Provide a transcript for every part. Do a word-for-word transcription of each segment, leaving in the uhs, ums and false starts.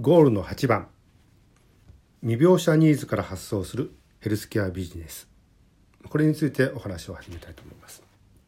ゴールのはちばん、未病者ニーズから発想するヘルスケアビジネス。これについてお話を始めたいと思います。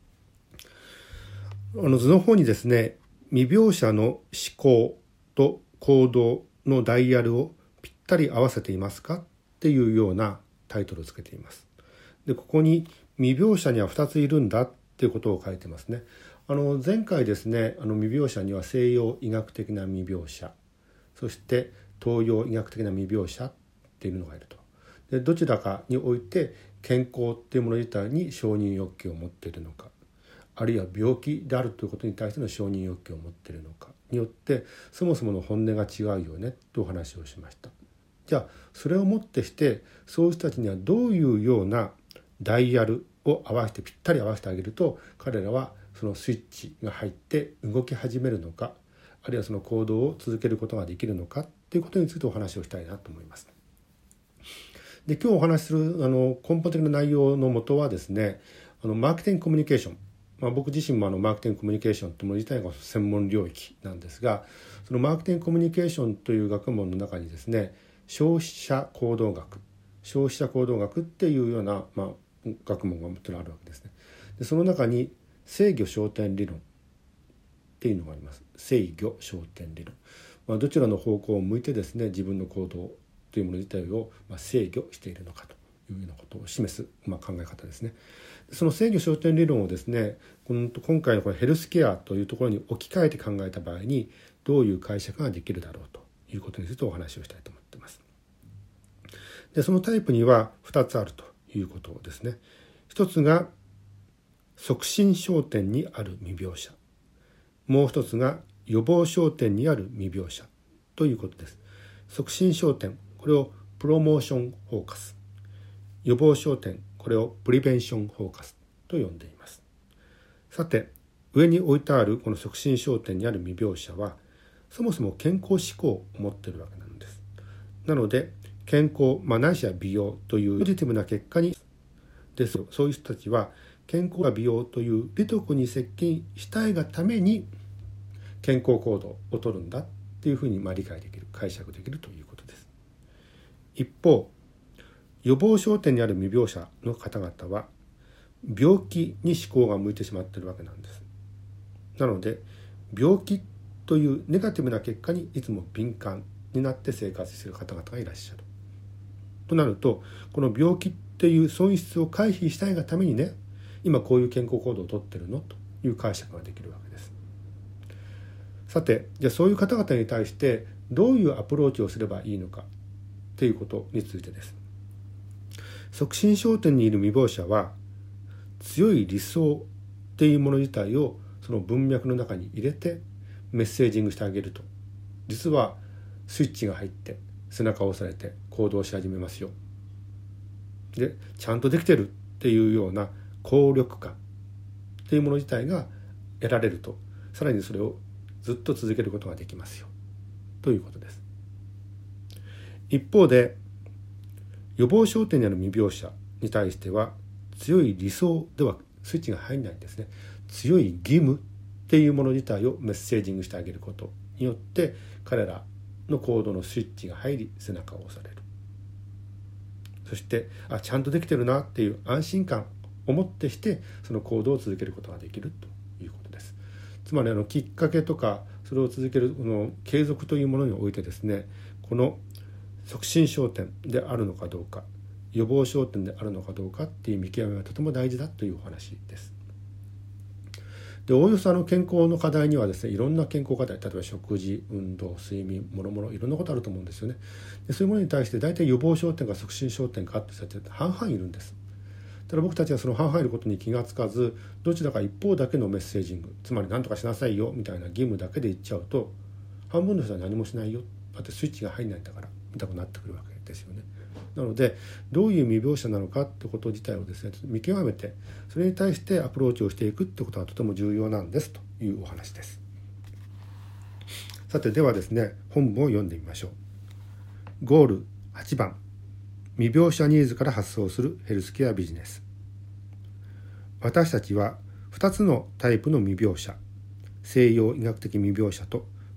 あの図の方にですね、未病者の思考と行動のダイヤルをぴったり合わせていますかっていうようなタイトルをつけています。で、ここに未病者にはふたついるんだっていうことを書いてますね。あの前回ですね、あの未病者には西洋医学的な未病者、そして東洋医学的な未病者っていうのがいると。で、どちらかにおいて健康っていうもの自体に承認欲求を持っているのか、あるいは病気であるということに対しての承認欲求を持っているのかによって、そもそもの本音が違うよねとお話をしました。じゃあそれをもってしてそういう人たちにはどういうようなダイヤルを合わせてぴったり合わせてあげると、彼らはそのスイッチが入って動き始めるのか、あるいはその行動を続けることができるのかということについてお話をしたいなと思います。で、今日お話しするあの根本的な内容の元はですね、あのマーケティングコミュニケーション、まあ、僕自身もあのマーケティングコミュニケーションというもの自体が専門領域なんですが、そのマーケティングコミュニケーションという学問の中にですね、消費者行動学消費者行動学っていうような、まあ、学問がもちろんあるわけですね。で、その中に制御焦点理論っていうのがあります。制御焦点理論、まあ、どちらの方向を向いてですね、自分の行動というもの自体をまあ制御しているのかというようなことを示す、まあ、考え方ですね。その制御焦点理論をですね、今回のこのヘルスケアというところに置き換えて考えた場合にどういう解釈ができるだろうということについてお話をしたいと思っています。で、そのタイプにはふたつあるということですね。ひとつが促進焦点にある未病者、もう一つが予防焦点にある未病者ということです。促進焦点、これをプロモーションフォーカス、予防焦点、これをプリベンションフォーカスと呼んでいます。さて、上に置いてあるこの促進焦点にある未病者はそもそも健康志向を持っているわけなんです。なので健康、まあ、ないしは美容というポジティブな結果にです。そういう人たちは健康や美容という利得に接近したいがために健康行動をとるんだっていうふうにまあ理解できる、解釈できるということです。一方、予防焦点にある未病者の方々は病気に思考が向いてしまっているわけなんです。なので病気というネガティブな結果にいつも敏感になって生活している方々がいらっしゃるとなると、この病気っていう損失を回避したいがためにね、今こういう健康行動をとってるのという解釈ができるわけです。さて、じゃあそういう方々に対してどういうアプローチをすればいいのかということについてです。促進焦点にいる未病者は強い理想っていうもの自体をその文脈の中に入れてメッセージングしてあげると、実はスイッチが入って背中を押されて行動し始めますよ。で、ちゃんとできてるっていうような効力感っていうもの自体が得られると、さらにそれをずっと続けることができますよということです。一方で予防焦点にある未病者に対しては強い理想ではスイッチが入らないんですね。強い義務っていうもの自体をメッセージングしてあげることによって彼らの行動のスイッチが入り背中を押される。そしてあちゃんとできてるなっていう安心感をもってしてその行動を続けることができるということです。つまりあのきっかけとかそれを続けるこの継続というものにおいてですね、この促進焦点であるのかどうか、予防焦点であるのかどうかっていう見極めがとても大事だというお話です。で、おおよそあの健康の課題にはですね、いろんな健康課題、例えば食事、運動、睡眠、もろもろいろんなことあると思うんですよね。で、そういうものに対して大体予防焦点か促進焦点かって人たちって半々いるんです。ただ僕たちはその半々いることに気がつかず、どちらか一方だけのメッセージング、つまり何とかしなさいよみたいな義務だけで言っちゃうと、半分の人は何もしないよ、だってスイッチが入んないんだからみたいになってくるわけですよね。なのでどういう未病者なのかってこと自体をですね見極めて、それに対してアプローチをしていくってことがとても重要なんですというお話です。さて、ではですね、本文を読んでみましょう。ゴールはちばん、未病者ニーズから発想するヘルスケアビジネス。私たちはふたつのタイプの未病者、西洋医学的未病者と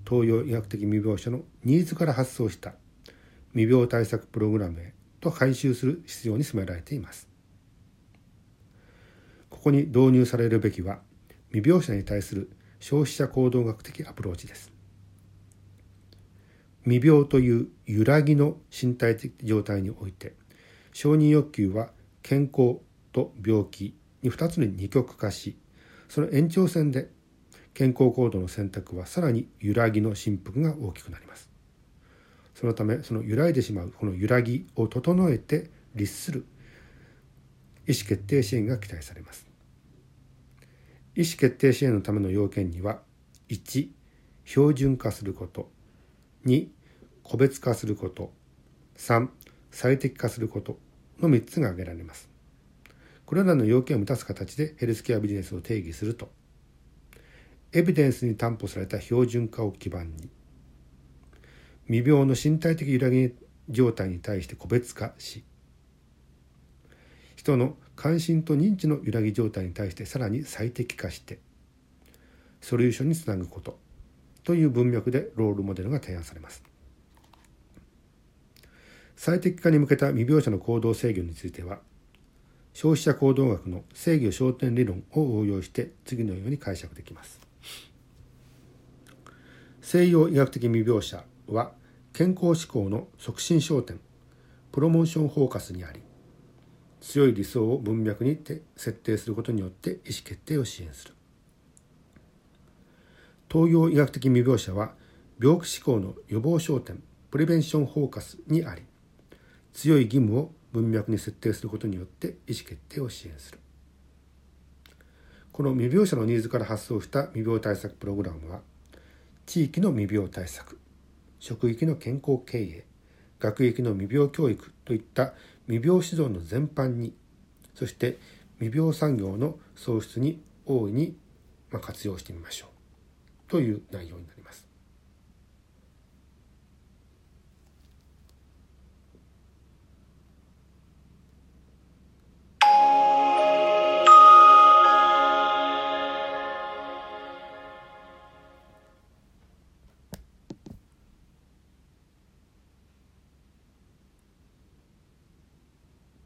東洋医学的未病者のニーズから発想した未病対策プログラムへと改修する必要に迫られています。ここに導入されるべきは未病者に対する消費者行動学的アプローチです。未病という揺らぎの身体的状態において、承認欲求は健康と病気にふたつに二極化し、その延長線で健康行動の選択はさらに揺らぎの振幅が大きくなります。そのため、その揺らいでしまうこの揺らぎを整えて律する意思決定支援が期待されます。意思決定支援のための要件には、いち、標準化すること、に、個別化すること、さん、最適化することのみっつが挙げられます。これらの要件を満たす形でヘルスケアビジネスを定義すると、エビデンスに担保された標準化を基盤に、未病の身体的揺らぎ状態に対して個別化し、人の関心と認知の揺らぎ状態に対してさらに最適化してソリューションにつなぐことという文脈でロールモデルが提案されます。最適化に向けた未病者の行動制御については、消費者行動学の制御焦点理論を応用して次のように解釈できます。西洋医学的未病者は健康志向の促進焦点、プロモーションフォーカスにあり、強い理想を文脈にて設定することによって意思決定を支援する。東洋医学的未病者は病気志向の予防焦点、プレベンションフォーカスにあり、強い義務を文脈に設定することによって意思決定を支援する。この未病者のニーズから発想した未病対策プログラムは、地域の未病対策、職域の健康経営、学域の未病教育といった未病指導の全般に、そして未病産業の創出に大いに活用してみましょうという内容になります。